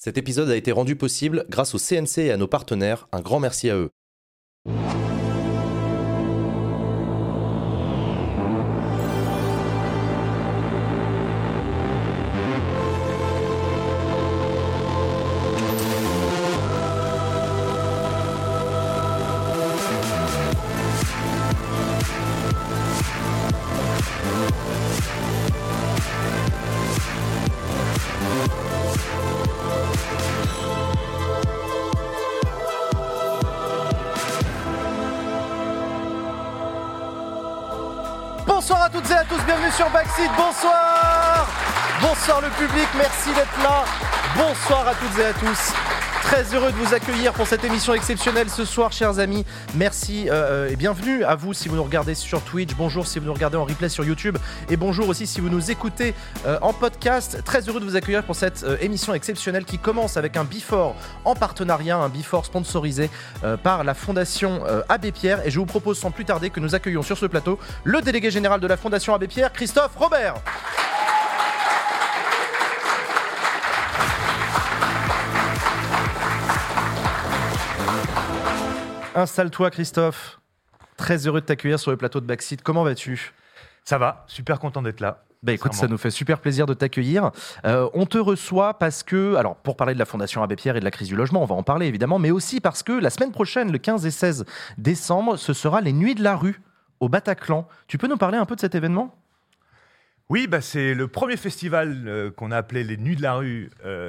Cet épisode a été rendu possible grâce au CNC et à nos partenaires. Un grand merci à eux. Bonsoir à toutes et à tous, bienvenue sur Backseat, bonsoir. Bonsoir le public, merci d'être là. Bonsoir à toutes et à tous. Très heureux de vous accueillir pour cette émission exceptionnelle ce soir, chers amis. Merci et bienvenue à vous si vous nous regardez sur Twitch. Bonjour si vous nous regardez en replay sur YouTube. Et bonjour aussi si vous nous écoutez en podcast. Très heureux de vous accueillir pour cette émission exceptionnelle qui commence avec un Before en partenariat, un Before sponsorisé par la Fondation Abbé Pierre. Et je vous propose sans plus tarder que nous accueillions sur ce plateau le délégué général de la Fondation Abbé Pierre, Christophe Robert. Installe-toi Christophe, très heureux de t'accueillir sur le plateau de Backseat, comment vas-tu ? Ça va, super content d'être là. Bah écoute, ça nous fait super plaisir de t'accueillir. On te reçoit parce que, alors pour parler de la Fondation Abbé Pierre et de la crise du logement, on va en parler évidemment, mais aussi parce que la semaine prochaine, le 15 et 16 décembre, ce sera les Nuits de la rue au Bataclan. Tu peux nous parler un peu de cet événement ? Oui, c'est le premier festival qu'on a appelé les Nuits de la rue,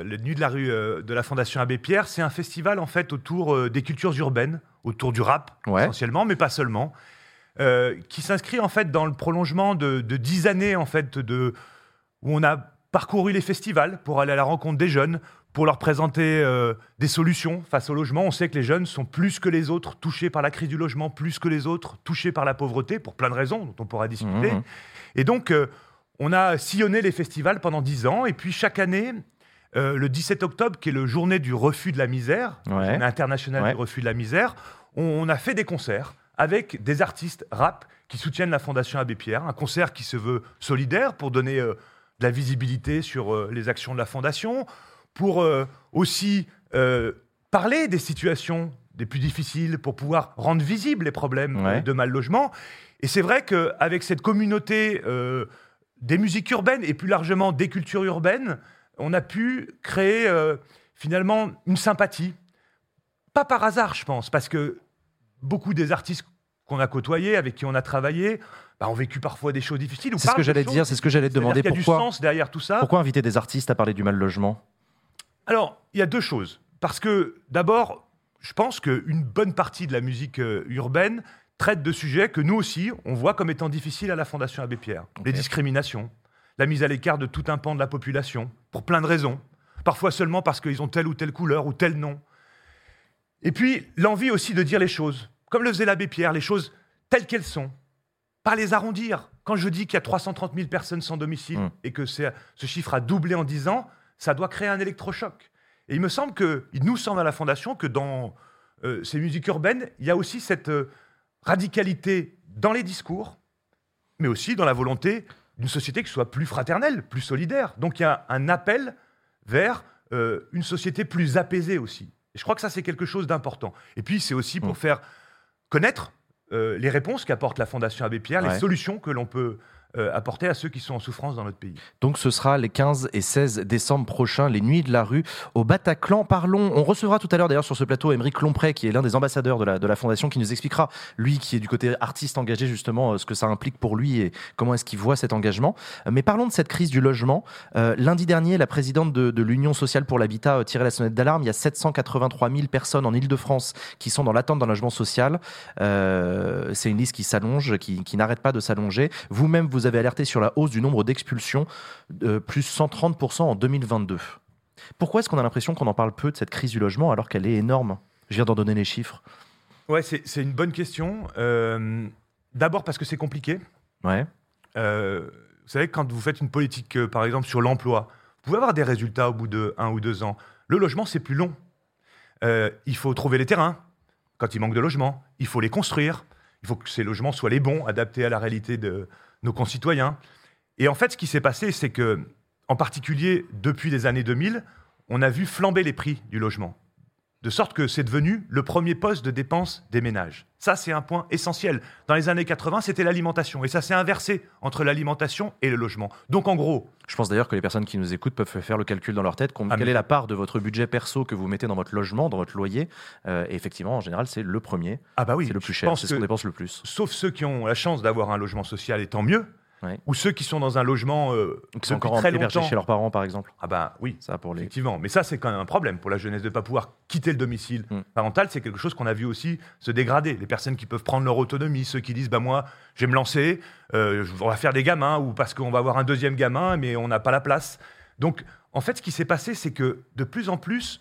de la Fondation Abbé Pierre. C'est un festival en fait autour des cultures urbaines, autour du rap essentiellement, mais pas seulement, qui s'inscrit en fait dans le prolongement de 10 années en fait où on a parcouru les festivals pour aller à la rencontre des jeunes, pour leur présenter des solutions face au logement. On sait que les jeunes sont plus que les autres touchés par la crise du logement, plus que les autres touchés par la pauvreté, pour plein de raisons dont on pourra discuter. Et donc on a sillonné les festivals pendant 10 ans, et puis chaque année, le 17 octobre, qui est le journée du refus de la misère, journée internationale du refus de la misère, on a fait des concerts avec des artistes rap qui soutiennent la Fondation Abbé Pierre, un concert qui se veut solidaire pour donner de la visibilité sur les actions de la Fondation, pour aussi parler des situations des plus difficiles, pour pouvoir rendre visibles les problèmes de mal logement. Et c'est vrai qu'avec cette communauté des musiques urbaines et plus largement des cultures urbaines, on a pu créer finalement une sympathie. Pas par hasard, je pense, parce que beaucoup des artistes qu'on a côtoyés, avec qui on a travaillé, ont vécu parfois des choses difficiles. C'est ce que j'allais te dire, c'est ce que j'allais te demander. Il y a du sens derrière tout ça. Pourquoi inviter des artistes à parler du mal logement ? Alors, il y a deux choses. Parce que d'abord, je pense qu'une bonne partie de la musique urbaine traite de sujets que nous aussi, on voit comme étant difficiles à la Fondation Abbé Pierre. Les discriminations, la mise à l'écart de tout un pan de la population, pour plein de raisons. Parfois seulement parce qu'ils ont telle ou telle couleur ou tel nom. Et puis, l'envie aussi de dire les choses, comme le faisait l'abbé Pierre, les choses telles qu'elles sont. Pas les arrondir. Quand je dis qu'il y a 330 000 personnes sans domicile et que ce chiffre a doublé en 10 ans, ça doit créer un électrochoc. Et il nous semble à la Fondation que dans ces musiques urbaines, il y a aussi cette radicalité dans les discours, mais aussi dans la volonté d'une société qui soit plus fraternelle, plus solidaire. Donc il y a un appel vers une société plus apaisée aussi. Et je crois que ça, c'est quelque chose d'important. Et puis, c'est aussi pour faire connaître les réponses qu'apporte la Fondation Abbé Pierre, les solutions que l'on peut apporter à ceux qui sont en souffrance dans notre pays. Donc ce sera les 15 et 16 décembre prochains, les Nuits de la rue au Bataclan. On recevra tout à l'heure d'ailleurs sur ce plateau Aymeric Lompré, qui est l'un des ambassadeurs de la Fondation, qui nous expliquera, lui qui est du côté artiste engagé justement, ce que ça implique pour lui et comment est-ce qu'il voit cet engagement. Mais parlons de cette crise du logement. Lundi dernier, la présidente de l'Union sociale pour l'habitat a tiré la sonnette d'alarme. Il y a 783 000 personnes en Île-de-France qui sont dans l'attente d'un logement social. C'est une liste qui s'allonge, qui n'arrête pas de s'allonger. Vous-même, vous avez alerté sur la hausse du nombre d'expulsions, plus 130% en 2022. Pourquoi est-ce qu'on a l'impression qu'on en parle peu de cette crise du logement alors qu'elle est énorme ? Je viens d'en donner les chiffres. Ouais, c'est une bonne question. D'abord parce que c'est compliqué. Vous savez, quand vous faites une politique, par exemple, sur l'emploi, vous pouvez avoir des résultats au bout de 1 ou 2 ans. Le logement, c'est plus long. Il faut trouver les terrains quand il manque de logements. Il faut les construire. Il faut que ces logements soient les bons, adaptés à la réalité de nos concitoyens. Et en fait, ce qui s'est passé, c'est que, en particulier depuis les années 2000, on a vu flamber les prix du logement. De sorte que c'est devenu le premier poste de dépense des ménages. Ça, c'est un point essentiel. Dans les années 80, c'était l'alimentation. Et ça s'est inversé entre l'alimentation et le logement. Donc, en gros... Je pense d'ailleurs que les personnes qui nous écoutent peuvent faire le calcul dans leur tête. Quelle est la part de votre budget perso que vous mettez dans votre logement, dans votre loyer. Et effectivement, en général, c'est le premier. Ah bah oui, c'est le plus cher. C'est ce qu'on dépense le plus. Sauf ceux qui ont la chance d'avoir un logement social, et tant mieux. Ouais. Ou ceux qui sont dans un logement qui sont encore hébergés chez leurs parents, par exemple. Ah bah oui, ça pour les... effectivement. Mais ça, c'est quand même un problème pour la jeunesse de ne pas pouvoir quitter le domicile parental. C'est quelque chose qu'on a vu aussi se dégrader. Les personnes qui peuvent prendre leur autonomie, ceux qui disent bah moi, je vais me lancer, on va faire des gamins, ou parce qu'on va avoir un deuxième gamin, mais on n'a pas la place. Donc, en fait, ce qui s'est passé, c'est que de plus en plus,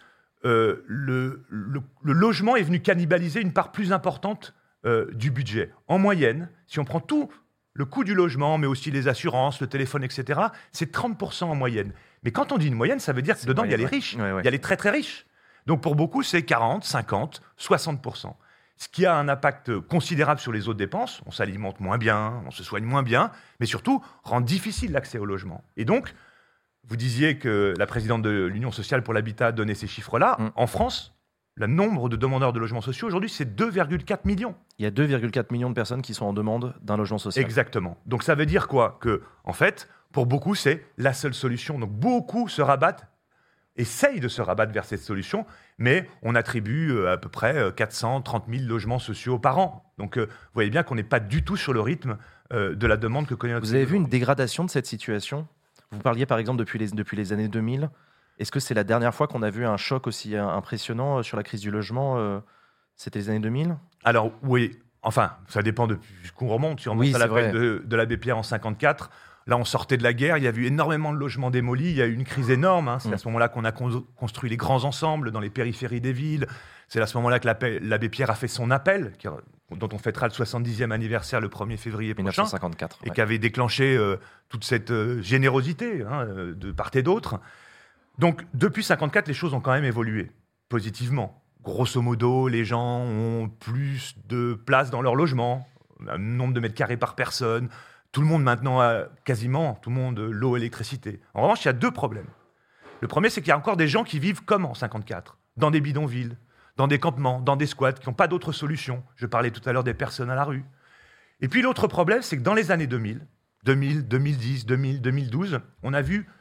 le logement est venu cannibaliser une part plus importante du budget. En moyenne, si on prend tout le coût du logement, mais aussi les assurances, le téléphone, etc., c'est 30% en moyenne. Mais quand on dit une moyenne, ça veut dire que dedans, il y a les riches. Il y a les très, très riches. Donc, pour beaucoup, c'est 40, 50, 60%. Ce qui a un impact considérable sur les autres dépenses. On s'alimente moins bien, on se soigne moins bien, mais surtout, rend difficile l'accès au logement. Et donc, vous disiez que la présidente de l'Union sociale pour l'habitat donnait ces chiffres-là. En France, le nombre de demandeurs de logements sociaux, aujourd'hui, c'est 2,4 millions. Il y a 2,4 millions de personnes qui sont en demande d'un logement social. Exactement. Donc ça veut dire quoi ? Que, en fait, pour beaucoup, c'est la seule solution. Donc beaucoup se rabattent, essayent de se rabattre vers cette solution, mais on attribue à peu près 430 000 logements sociaux par an. Donc vous voyez bien qu'on n'est pas du tout sur le rythme de la demande que connaît notre pays. Vous avez vu une dégradation de cette situation ? Vous parliez par exemple depuis les années 2000. Est-ce que c'est la dernière fois qu'on a vu un choc aussi impressionnant sur la crise du logement C'était les années 2000 ? Alors oui, enfin, ça dépend depuis qu'on remonte. Si on remonte à l'appel de l'abbé Pierre en 54, là on sortait de la guerre, il y a eu énormément de logements démolis, il y a eu une crise énorme. C'est à ce moment-là qu'on a construit les grands ensembles dans les périphéries des villes. C'est à ce moment-là que l'abbé Pierre a fait son appel, dont on fêtera le 70e anniversaire le 1er février prochain, 1954, et qui avait déclenché toute cette générosité de part et d'autre. Donc, depuis 54, les choses ont quand même évolué positivement. Grosso modo, les gens ont plus de place dans leur logement, un nombre de mètres carrés par personne. Tout le monde maintenant a quasiment l'eau et l'électricité. En revanche, il y a deux problèmes. Le premier, c'est qu'il y a encore des gens qui vivent comme en 54, dans des bidonvilles, dans des campements, dans des squats, qui n'ont pas d'autre solution. Je parlais tout à l'heure des personnes à la rue. Et puis l'autre problème, c'est que dans les années 2000, 2010, 2012, on a vu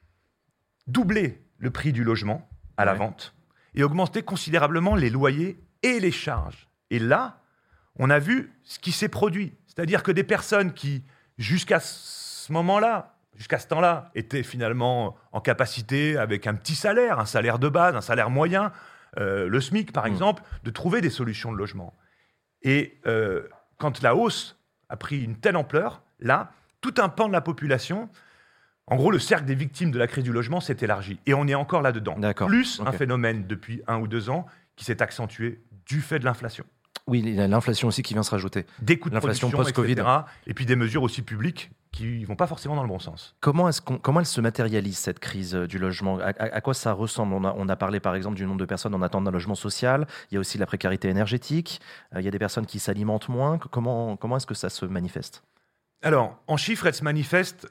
doubler le prix du logement à la vente et augmenter considérablement les loyers et les charges. Et là, on a vu ce qui s'est produit. C'est-à-dire que des personnes qui, jusqu'à ce moment-là, jusqu'à ce temps-là, étaient finalement en capacité, avec un petit salaire, un salaire de base, un salaire moyen, le SMIC par exemple, de trouver des solutions de logement. Et quand la hausse a pris une telle ampleur, là, tout un pan de la population... En gros, le cercle des victimes de la crise du logement s'est élargi. Et on est encore là-dedans. Plus un phénomène depuis 1 ou 2 ans qui s'est accentué du fait de l'inflation. Oui, il y a l'inflation aussi qui vient se rajouter. Des coûts de l'inflation production, post-Covid. etc. Et puis des mesures aussi publiques qui ne vont pas forcément dans le bon sens. Comment elle se matérialise, cette crise du logement ? À quoi ça ressemble ? On a parlé par exemple du nombre de personnes en attente d'un logement social. Il y a aussi la précarité énergétique. Il y a des personnes qui s'alimentent moins. Comment est-ce que ça se manifeste ? Alors, en chiffres, elle se manifeste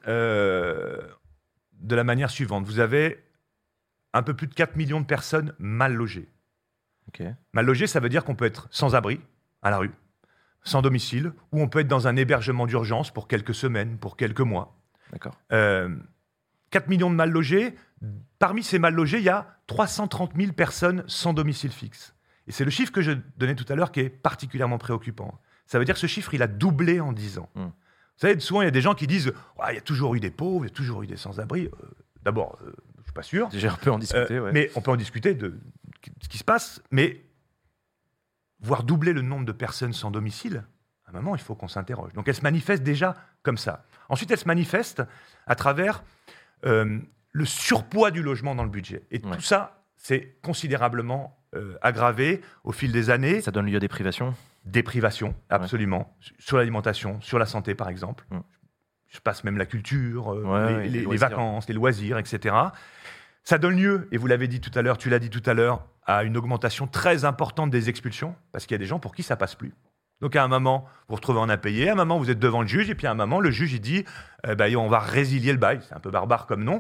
de la manière suivante. Vous avez un peu plus de 4 millions de personnes mal logées. Mal logées, ça veut dire qu'on peut être sans abri, à la rue, sans domicile, ou on peut être dans un hébergement d'urgence pour quelques semaines, pour quelques mois. 4 millions de mal logés. Parmi ces mal logés, il y a 330 000 personnes sans domicile fixe. Et c'est le chiffre que je donnais tout à l'heure qui est particulièrement préoccupant. Ça veut dire que ce chiffre, il a doublé en 10 ans. Vous savez, souvent, il y a des gens qui disent « il y a toujours eu des pauvres, il y a toujours eu des sans-abri ». D'abord, je ne suis pas sûr. On peut en discuter. Mais on peut en discuter de ce qui se passe. Mais voir doubler le nombre de personnes sans domicile, à un moment, il faut qu'on s'interroge. Donc, elle se manifeste déjà comme ça. Ensuite, elle se manifeste à travers le surpoids du logement dans le budget. Et tout ça, c'est considérablement aggravé au fil des années. Ça donne lieu à des privations ? Des privations, absolument. Sur l'alimentation, sur la santé, par exemple. Je passe même la culture, les vacances, les loisirs, etc. Ça donne lieu, et vous l'avez dit tout à l'heure, tu l'as dit tout à l'heure, à une augmentation très importante des expulsions, parce qu'il y a des gens pour qui ça passe plus. Donc à un moment, vous vous retrouvez en impayé, à un moment, vous êtes devant le juge, et puis à un moment, le juge, il dit on va résilier le bail. C'est un peu barbare comme nom.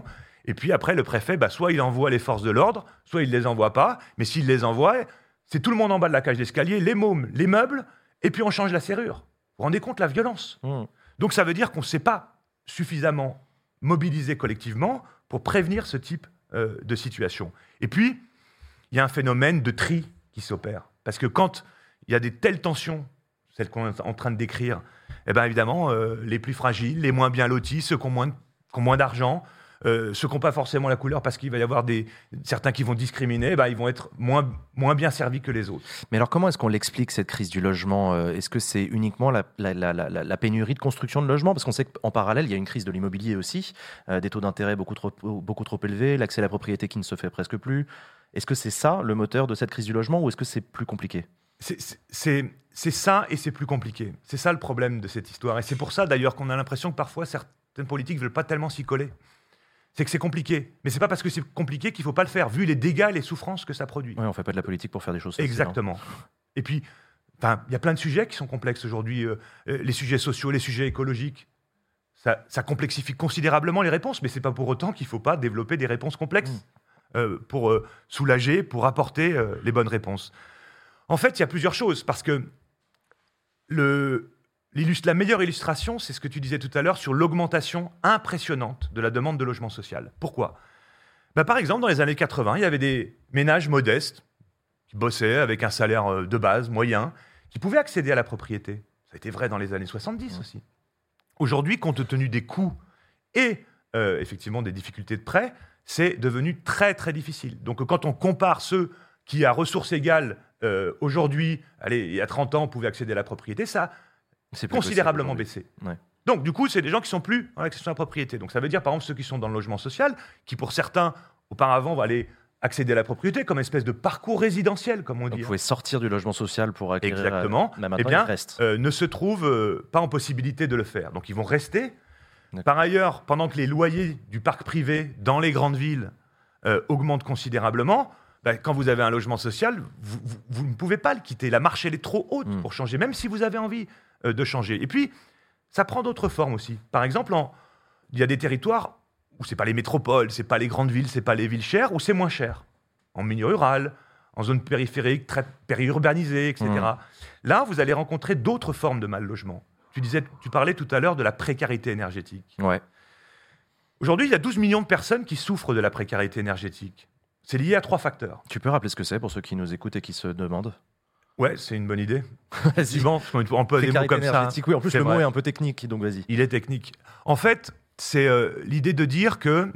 Et puis après, le préfet, soit il envoie les forces de l'ordre, soit il ne les envoie pas. Mais s'il les envoie, c'est tout le monde en bas de la cage d'escalier, les mômes, les meubles, et puis on change la serrure. Vous vous rendez compte la violence ? Donc ça veut dire qu'on ne s'est pas suffisamment mobilisé collectivement pour prévenir ce type de situation. Et puis, il y a un phénomène de tri qui s'opère. Parce que quand il y a des telles tensions, celles qu'on est en train de décrire, évidemment, les plus fragiles, les moins bien lotis, ceux qui ont moins d'argent, ceux qui n'ont pas forcément la couleur parce qu'il va y avoir certains qui vont discriminer, ils vont être moins bien servis que les autres. Mais alors comment est-ce qu'on l'explique cette crise du logement ? Est-ce que c'est uniquement la pénurie de construction de logements ? Parce qu'on sait qu'en parallèle, il y a une crise de l'immobilier aussi, des taux d'intérêt beaucoup trop élevés, l'accès à la propriété qui ne se fait presque plus. Est-ce que c'est ça le moteur de cette crise du logement ou est-ce que c'est plus compliqué ? C'est ça et c'est plus compliqué. C'est ça le problème de cette histoire. Et c'est pour ça d'ailleurs qu'on a l'impression que parfois certaines politiques ne veulent pas tellement s'y coller. C'est que c'est compliqué. Mais c'est pas parce que c'est compliqué qu'il ne faut pas le faire, vu les dégâts et les souffrances que ça produit. Oui, on ne fait pas de la politique pour faire des choses faciles. Exactement. Et puis, il y a plein de sujets qui sont complexes aujourd'hui. Les sujets sociaux, les sujets écologiques. Ça complexifie considérablement les réponses, mais ce n'est pas pour autant qu'il ne faut pas développer des réponses complexes pour soulager, pour apporter les bonnes réponses. En fait, il y a plusieurs choses, parce que la meilleure illustration, c'est ce que tu disais tout à l'heure sur l'augmentation impressionnante de la demande de logement social. Pourquoi ? Par exemple, dans les années 80, il y avait des ménages modestes qui bossaient avec un salaire de base, moyen, qui pouvaient accéder à la propriété. Ça a été vrai dans les années 70 aussi. Aujourd'hui, compte tenu des coûts et effectivement des difficultés de prêt, c'est devenu très très difficile. Donc quand on compare ceux qui, à ressources égales, aujourd'hui, il y a 30 ans, pouvaient accéder à la propriété, ça a considérablement baissé. Ouais. Donc, du coup, c'est des gens qui ne sont plus dans l'accession à la propriété. Donc, ça veut dire, par exemple, ceux qui sont dans le logement social, qui, pour certains, auparavant, vont aller accéder à la propriété comme une espèce de parcours résidentiel, comme on dit. Vous pouvez sortir du logement social pour acquérir... Exactement. Ne se trouvent pas en possibilité de le faire. Donc, ils vont rester. Par ailleurs, pendant que les loyers du parc privé dans les grandes villes augmentent considérablement, quand vous avez un logement social, vous ne pouvez pas le quitter. La marche, elle est trop haute pour changer, même si vous avez envie de changer. Et puis, ça prend d'autres formes aussi. Par exemple, il y a des territoires où ce n'est pas les métropoles, ce n'est pas les grandes villes, ce n'est pas les villes chères, où c'est moins cher. En milieu rural, en zone périphérique, très périurbanisée, etc. Là, vous allez rencontrer d'autres formes de mal-logement. Tu parlais tout à l'heure de la précarité énergétique. Ouais. Aujourd'hui, il y a 12 millions de personnes qui souffrent de la précarité énergétique. C'est lié à 3 facteurs. Tu peux rappeler ce que c'est pour ceux qui nous écoutent et qui se demandent ? Ouais, c'est une bonne idée. Effectivement, on peut des mots comme ça. Oui, en plus, le mot est un peu technique, donc vas-y. Il est technique. En fait, c'est l'idée de dire que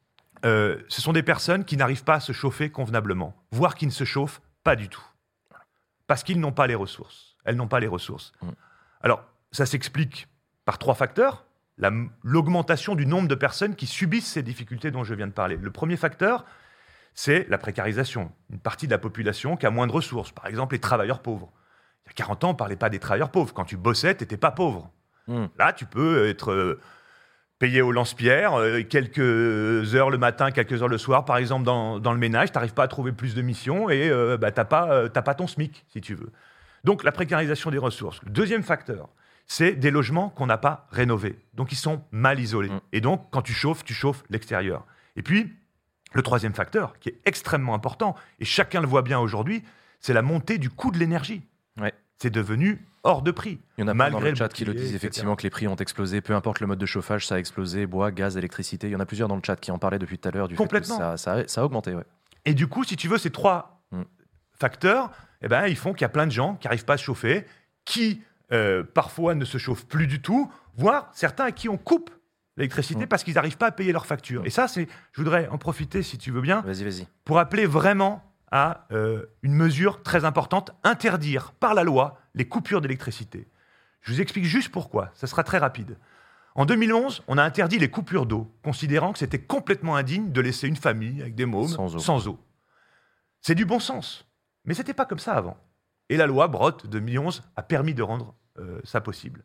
ce sont des personnes qui n'arrivent pas à se chauffer convenablement, voire qui ne se chauffent pas du tout. Parce qu'ils n'ont pas les ressources. Elles n'ont pas les ressources. Alors, ça s'explique par 3 facteurs. L'augmentation du nombre de personnes qui subissent ces difficultés dont je viens de parler. Le premier facteur, c'est la précarisation. Une partie de la population qui a moins de ressources. Par exemple, les travailleurs pauvres. Il y a 40 ans, on ne parlait pas des travailleurs pauvres. Quand tu bossais, tu n'étais pas pauvre. Là, tu peux être payé au lance-pierre, quelques heures le matin, quelques heures le soir, par exemple, dans le ménage. Tu n'arrives pas à trouver plus de missions et tu n'as pas ton SMIC, si tu veux. Donc, la précarisation des ressources. Le deuxième facteur, c'est des logements qu'on n'a pas rénovés. Donc, ils sont mal isolés. Et donc, quand tu chauffes l'extérieur. Et puis, le troisième facteur, qui est extrêmement important, et chacun le voit bien aujourd'hui, c'est la montée du coût de l'énergie. Ouais. C'est devenu hors de prix. Il y en a malgré dans le chat qui le disent effectivement que les prix ont explosé. Peu importe le mode de chauffage, ça a explosé. Bois, gaz, électricité. Il y en a plusieurs dans le chat qui en parlaient depuis tout à l'heure. Du fait que ça a augmenté. Ouais. Et du coup, si tu veux, ces 3 facteurs, ils font qu'il y a plein de gens qui n'arrivent pas à se chauffer, qui parfois ne se chauffent plus du tout, voire certains à qui on coupe l'électricité parce qu'ils n'arrivent pas à payer leurs factures. Et ça, je voudrais en profiter, si tu veux bien, vas-y. Pour appeler vraiment à une mesure très importante, interdire par la loi les coupures d'électricité. Je vous explique juste pourquoi, ça sera très rapide. En 2011, on a interdit les coupures d'eau, considérant que c'était complètement indigne de laisser une famille avec des mômes sans eau. C'est du bon sens, mais ce n'était pas comme ça avant. Et la loi Brottes de 2011 a permis de rendre ça possible.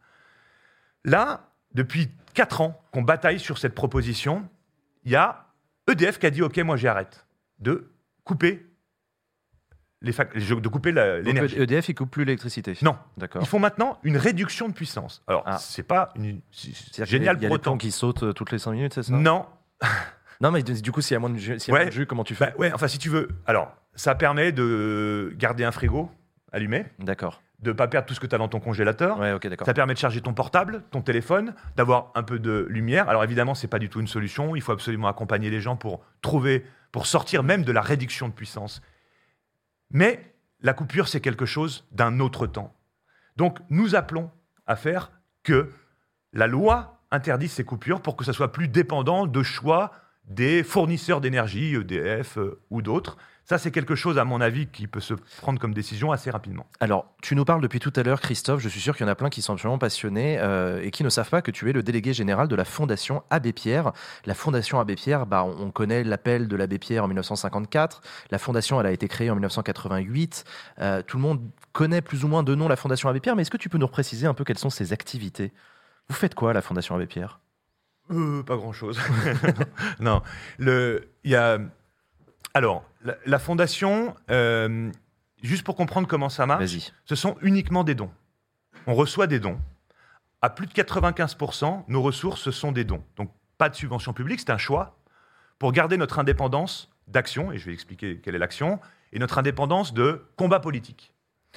Là, depuis 4 ans qu'on bataille sur cette proposition, il y a EDF qui a dit « Ok, moi j'arrête de couper l'énergie. » EDF, il ne coupe plus l'électricité. Non. D'accord. Ils font maintenant une réduction de puissance. Alors, c'est pas c'est génial pour autant. Il y a des plombs qui sautent toutes les 5 minutes, c'est ça ? Non. Non, mais du coup, s'il y a moins de jus, comment tu fais? Enfin, si tu veux. Alors, ça permet de garder un frigo allumé. D'accord. De ne pas perdre tout ce que tu as dans ton congélateur. Ouais, ok, d'accord. Ça permet de charger ton portable, ton téléphone, d'avoir un peu de lumière. Alors évidemment, ce n'est pas du tout une solution. Il faut absolument accompagner les gens pour sortir même de la réduction de puissance. Mais la coupure, c'est quelque chose d'un autre temps. Donc, nous appelons à faire que la loi interdise ces coupures pour que ça soit plus dépendant de choix des fournisseurs d'énergie, EDF ou d'autres. Ça, c'est quelque chose, à mon avis, qui peut se prendre comme décision assez rapidement. Alors, tu nous parles depuis tout à l'heure, Christophe. Je suis sûr qu'il y en a plein qui sont absolument passionnés et qui ne savent pas que tu es le délégué général de la Fondation Abbé Pierre. La Fondation Abbé Pierre, on connaît l'appel de l'Abbé Pierre en 1954. La Fondation, elle a été créée en 1988. Tout le monde connaît plus ou moins de nom la Fondation Abbé Pierre, mais est-ce que tu peux nous préciser un peu quelles sont ses activités? Vous faites quoi à la Fondation Abbé Pierre? Pas grand-chose. Non. Alors, la fondation, juste pour comprendre comment ça marche, ce sont uniquement des dons. On reçoit des dons. À plus de 95%, nos ressources, ce sont des dons. Donc, pas de subvention publique, c'est un choix pour garder notre indépendance d'action, et je vais expliquer quelle est l'action, et notre indépendance de combat politique.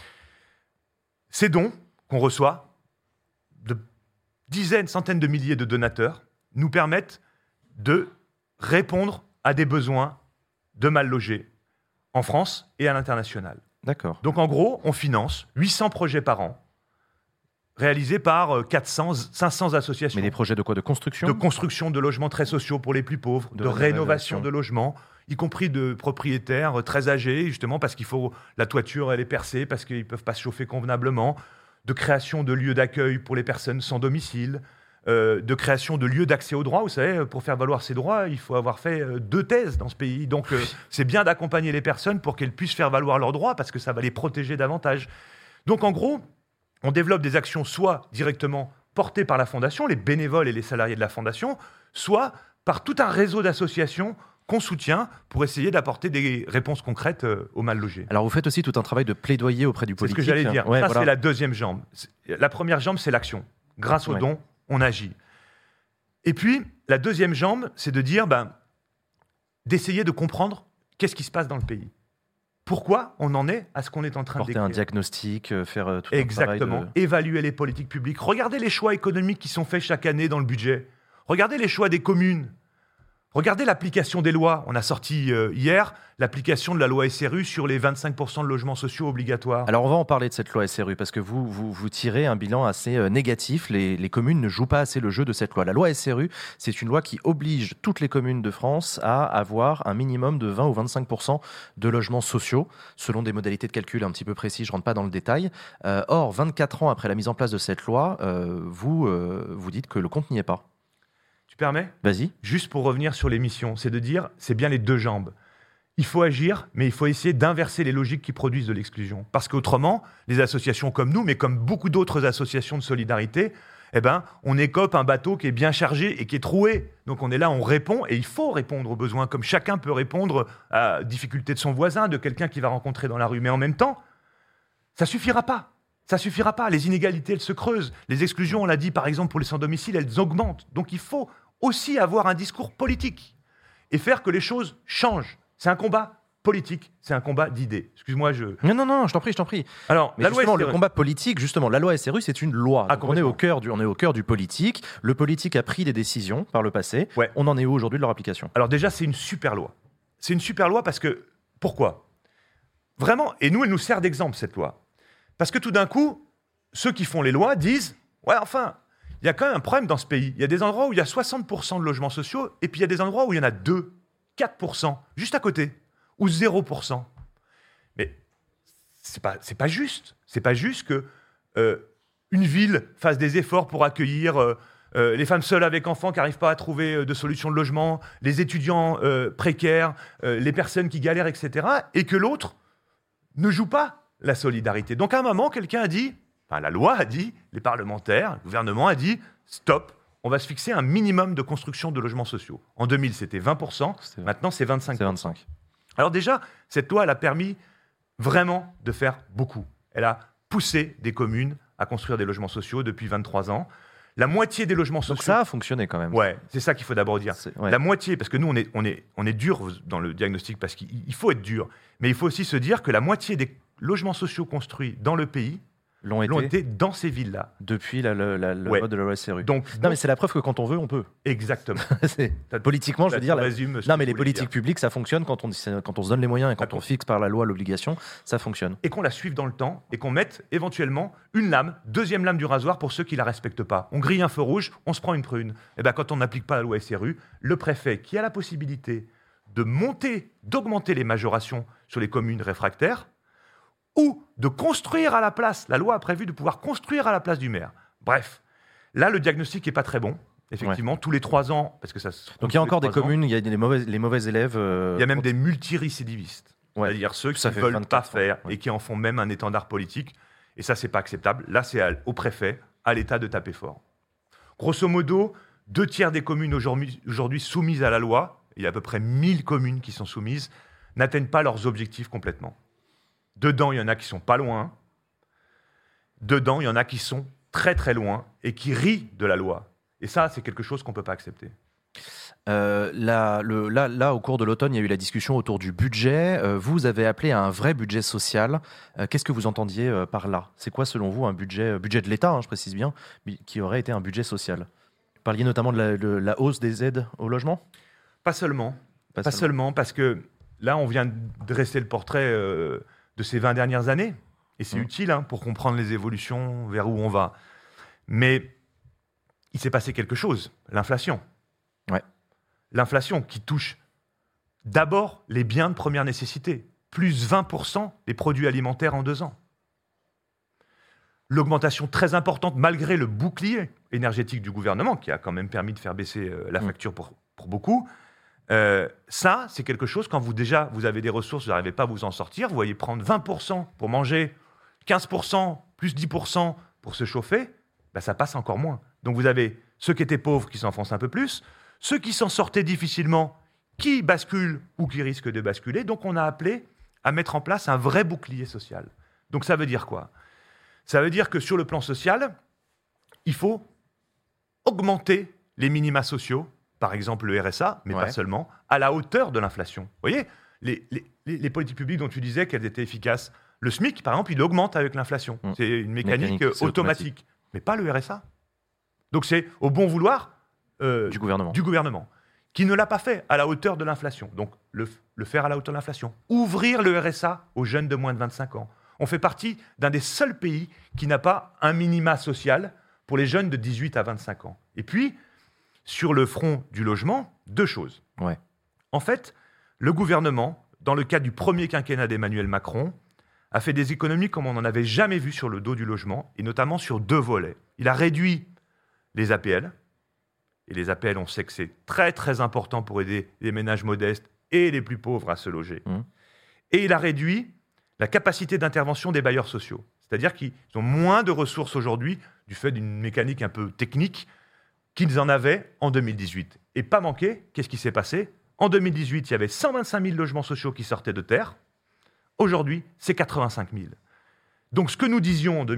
Ces dons qu'on reçoit, de dizaines, centaines de milliers de donateurs, nous permettent de répondre à des besoins de mal logés en France et à l'international. D'accord. Donc en gros, on finance 800 projets par an, réalisés par 500 associations. Mais des projets de quoi? De construction? De construction de logements très sociaux pour les plus pauvres, de rénovation de logements, y compris de propriétaires très âgés, justement parce qu'il faut la toiture, elle est percée, parce qu'ils ne peuvent pas se chauffer convenablement, de création de lieux d'accueil pour les personnes sans domicile, de création de lieux d'accès aux droits. Vous savez, pour faire valoir ces droits, il faut avoir fait 2 thèses dans ce pays. Donc, c'est bien d'accompagner les personnes pour qu'elles puissent faire valoir leurs droits, parce que ça va les protéger davantage. Donc, en gros, on développe des actions soit directement portées par la Fondation, les bénévoles et les salariés de la Fondation, soit par tout un réseau d'associations qu'on soutient pour essayer d'apporter des réponses concrètes aux mal logés. Alors, vous faites aussi tout un travail de plaidoyer auprès du politique. C'est ce que j'allais dire. Ouais, c'est la deuxième jambe. La première jambe, c'est l'action. Grâce aux dons, on agit. Et puis, la deuxième jambe, c'est de dire, d'essayer de comprendre qu'est-ce qui se passe dans le pays. Pourquoi on en est à ce qu'on est en train de décrire. Porter un diagnostic, faire tout un travail Exactement. Évaluer les politiques publiques. Regardez les choix économiques qui sont faits chaque année dans le budget. Regardez les choix des communes. Regardez l'application des lois. On a sorti hier l'application de la loi SRU sur les 25% de logements sociaux obligatoires. Alors, on va en parler de cette loi SRU parce que vous tirez un bilan assez négatif. Les communes ne jouent pas assez le jeu de cette loi. La loi SRU, c'est une loi qui oblige toutes les communes de France à avoir un minimum de 20 ou 25% de logements sociaux, selon des modalités de calcul un petit peu précises. Je ne rentre pas dans le détail. Or, 24 ans après la mise en place de cette loi, vous dites que le compte n'y est pas. Tu permets ? Vas-y. Juste pour revenir sur les missions, c'est de dire, c'est bien les deux jambes. Il faut agir, mais il faut essayer d'inverser les logiques qui produisent de l'exclusion. Parce qu'autrement, les associations comme nous, mais comme beaucoup d'autres associations de solidarité, on écope un bateau qui est bien chargé et qui est troué. Donc on est là, on répond, et il faut répondre aux besoins, comme chacun peut répondre à la difficulté de son voisin, de quelqu'un qu'il va rencontrer dans la rue. Mais en même temps, ça ne suffira pas. Ça ne suffira pas. Les inégalités, elles se creusent. Les exclusions, on l'a dit, par exemple, pour les sans-domicile, elles augmentent. Donc il faut aussi avoir un discours politique et faire que les choses changent. C'est un combat politique, c'est un combat d'idées. Excuse-moi, Non, je t'en prie. Alors, mais justement, le combat politique, justement, la loi SRU, c'est une loi. Donc on est au cœur du politique. Le politique a pris des décisions par le passé. Ouais. On en est où aujourd'hui de leur application ? Alors déjà, c'est une super loi. C'est une super loi parce que... Pourquoi ? Vraiment, et nous, elle nous sert d'exemple, cette loi. Parce que tout d'un coup, ceux qui font les lois disent « Ouais, enfin... Il y a quand même un problème dans ce pays. Il y a des endroits où il y a 60% de logements sociaux, et puis il y a des endroits où il y en a 2, 4%, juste à côté, ou 0%. Mais c'est pas juste. C'est pas juste que une ville fasse des efforts pour accueillir les femmes seules avec enfants qui n'arrivent pas à trouver de solution de logement, les étudiants précaires, les personnes qui galèrent, etc., et que l'autre ne joue pas la solidarité. Donc à un moment, quelqu'un a dit... la loi a dit, les parlementaires, le gouvernement a dit, stop, on va se fixer un minimum de construction de logements sociaux. En 2000, c'était 20%, maintenant c'est 25%. C'est 25%. Alors déjà, cette loi, elle a permis vraiment de faire beaucoup. Elle a poussé des communes à construire des logements sociaux depuis 23 ans. La moitié des logements sociaux. Donc ça a fonctionné quand même. Ouais, c'est ça qu'il faut d'abord dire. Ouais. La moitié, parce que nous, on est dur dans le diagnostic, parce qu'il faut être dur. Mais il faut aussi se dire que la moitié des logements sociaux construits dans le pays l'ont été dans ces villes-là. Depuis le vote de la loi SRU. Donc, non, mais c'est la preuve que quand on veut, on peut. Exactement. Politiquement, je veux dire. Non, mais les politiques dire. publiques, ça fonctionne quand on se donne les moyens et quand on fixe par la loi l'obligation, ça fonctionne. Et qu'on la suive dans le temps et qu'on mette éventuellement une lame, deuxième lame du rasoir pour ceux qui la respectent pas. On grille un feu rouge, on se prend une prune. Et ben quand on n'applique pas la loi SRU, le préfet qui a la possibilité d'augmenter les majorations sur les communes réfractaires, ou de construire à la place. La loi a prévu de pouvoir construire à la place du maire. Bref, là, le diagnostic n'est pas très bon. Effectivement, tous les 3 ans, parce que ça. Donc il y a encore des communes, il y a les mauvais élèves. Il y a même des multirécidivistes, c'est-à-dire ceux qui ne veulent pas faire et qui en font même un étendard politique. Et ça, c'est pas acceptable. Là, c'est au préfet, à l'État de taper fort. Grosso modo, 2/3 des communes aujourd'hui soumises à la loi, il y a à peu près 1000 communes qui sont soumises, n'atteignent pas leurs objectifs complètement. Dedans, il y en a qui sont pas loin. Dedans, il y en a qui sont très très loin et qui rient de la loi. Et ça, c'est quelque chose qu'on ne peut pas accepter. Là, au cours de l'automne, il y a eu la discussion autour du budget. Vous avez appelé à un vrai budget social. Qu'est-ce que vous entendiez par là ? C'est quoi, selon vous, un budget de l'État, je précise bien, qui aurait été un budget social ? Vous parliez notamment de la hausse des aides au logement ? Pas seulement, parce que là, on vient de dresser le portrait de ces 20 dernières années. Et c'est utile pour comprendre les évolutions, vers où on va. Mais il s'est passé quelque chose, l'inflation. Ouais. L'inflation qui touche d'abord les biens de première nécessité. Plus 20% des produits alimentaires en 2 ans. L'augmentation très importante, malgré le bouclier énergétique du gouvernement, qui a quand même permis de faire baisser la facture pour beaucoup. Ça, c'est quelque chose, quand vous avez des ressources, vous n'arrivez pas à vous en sortir, vous voyez prendre 20% pour manger, 15%, plus 10% pour se chauffer, ça passe encore moins. Donc vous avez ceux qui étaient pauvres qui s'enfoncent un peu plus, ceux qui s'en sortaient difficilement, qui basculent ou qui risquent de basculer. Donc on a appelé à mettre en place un vrai bouclier social. Donc ça veut dire quoi ? Ça veut dire que sur le plan social, il faut augmenter les minima sociaux, par exemple le RSA, mais pas seulement, à la hauteur de l'inflation. Vous voyez, les politiques publiques dont tu disais qu'elles étaient efficaces, le SMIC, par exemple, il augmente avec l'inflation. C'est une mécanique automatique, mais pas le RSA. Donc c'est au bon vouloir du gouvernement, qui ne l'a pas fait à la hauteur de l'inflation. Donc le faire à la hauteur de l'inflation. Ouvrir le RSA aux jeunes de moins de 25 ans. On fait partie d'un des seuls pays qui n'a pas un minima social pour les jeunes de 18 à 25 ans. Et puis, sur le front du logement, 2 choses. Ouais. En fait, le gouvernement, dans le cadre du premier quinquennat d'Emmanuel Macron, a fait des économies comme on n'en avait jamais vu sur le dos du logement, et notamment sur 2 volets. Il a réduit les APL, et les APL, on sait que c'est très très important pour aider les ménages modestes et les plus pauvres à se loger. Et il a réduit la capacité d'intervention des bailleurs sociaux. C'est-à-dire qu'ils ont moins de ressources aujourd'hui, du fait d'une mécanique un peu technique, qu'ils en avaient en 2018. Et pas manqué, qu'est-ce qui s'est passé ? En 2018, il y avait 125 000 logements sociaux qui sortaient de terre. Aujourd'hui, c'est 85 000. Donc ce que nous disions en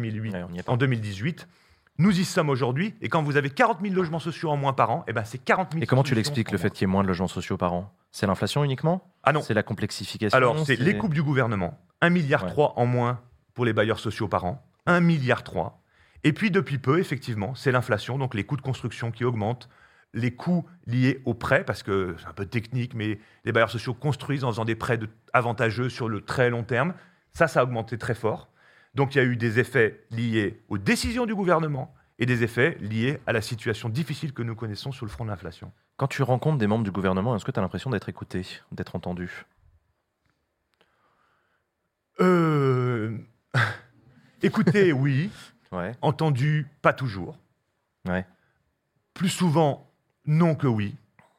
2018, nous y sommes aujourd'hui. Et quand vous avez 40 000 logements sociaux en moins par an, c'est 40 000. Et comment tu l'expliques, le fait qu'il y ait moins de logements sociaux par an ? C'est l'inflation uniquement ? Ah non. C'est la complexification ? Alors, c'est les coupes du gouvernement. 1,3 milliard en moins pour les bailleurs sociaux par an. 1,3 milliard. Et puis, depuis peu, effectivement, c'est l'inflation, donc les coûts de construction qui augmentent, les coûts liés aux prêts, parce que c'est un peu technique, mais les bailleurs sociaux construisent en faisant des prêts avantageux sur le très long terme. Ça a augmenté très fort. Donc, il y a eu des effets liés aux décisions du gouvernement et des effets liés à la situation difficile que nous connaissons sur le front de l'inflation. Quand tu rencontres des membres du gouvernement, est-ce que tu as l'impression d'être écouté, d'être entendu ? Écouté, oui. Ouais. Entendu, pas toujours. Ouais. Plus souvent, non que oui.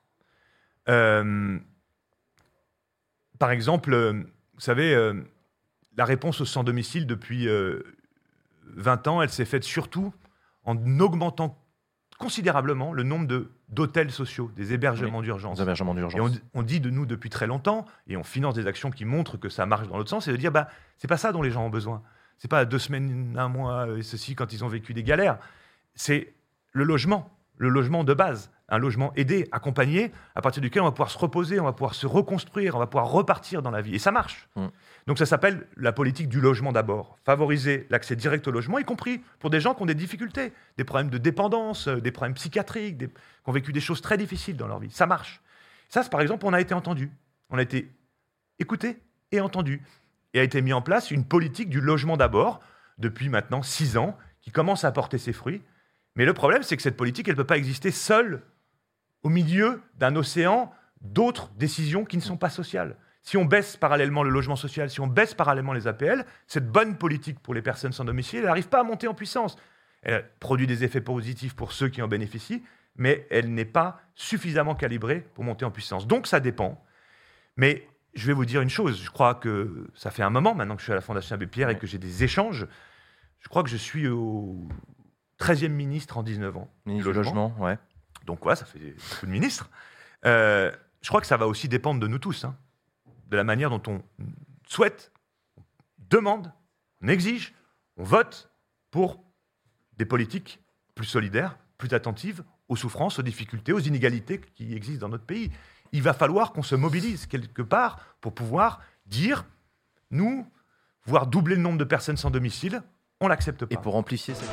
Par exemple, vous savez, la réponse au sans-domicile depuis 20 ans, elle s'est faite surtout en augmentant considérablement le nombre d'hôtels sociaux, des hébergements d'urgence. Et on dit de nous depuis très longtemps, et on finance des actions qui montrent que ça marche dans l'autre sens, c'est de dire, c'est pas ça dont les gens ont besoin. C'est pas 2 semaines, 1 mois, et ceci, quand ils ont vécu des galères. C'est le logement de base, un logement aidé, accompagné, à partir duquel on va pouvoir se reposer, on va pouvoir se reconstruire, on va pouvoir repartir dans la vie. Et ça marche. Donc ça s'appelle la politique du logement d'abord. Favoriser l'accès direct au logement, y compris pour des gens qui ont des difficultés, des problèmes de dépendance, des problèmes psychiatriques, qui ont vécu des choses très difficiles dans leur vie. Ça marche. Ça, par exemple, on a été entendu. On a été écouté et entendu. Et a été mis en place une politique du logement d'abord, depuis maintenant 6 ans, qui commence à porter ses fruits. Mais le problème, c'est que cette politique, elle ne peut pas exister seule au milieu d'un océan d'autres décisions qui ne sont pas sociales. Si on baisse parallèlement le logement social, si on baisse parallèlement les APL, cette bonne politique pour les personnes sans domicile, elle n'arrive pas à monter en puissance. Elle produit des effets positifs pour ceux qui en bénéficient, mais elle n'est pas suffisamment calibrée pour monter en puissance. Donc ça dépend. Mais je vais vous dire une chose, je crois que ça fait un moment maintenant que je suis à la Fondation Abbé Pierre et que j'ai des échanges. Je crois que je suis au 13e ministre en 19 ans. Ministre du logement, ouais. Donc ça fait beaucoup de ministres. Je crois que ça va aussi dépendre de nous tous, de la manière dont on souhaite, on demande, on exige, on vote pour des politiques plus solidaires, plus attentives aux souffrances, aux difficultés, aux inégalités qui existent dans notre pays. Il va falloir qu'on se mobilise quelque part pour pouvoir dire, nous, voir doubler le nombre de personnes sans domicile, on l'accepte pas. Et pour amplifier cette...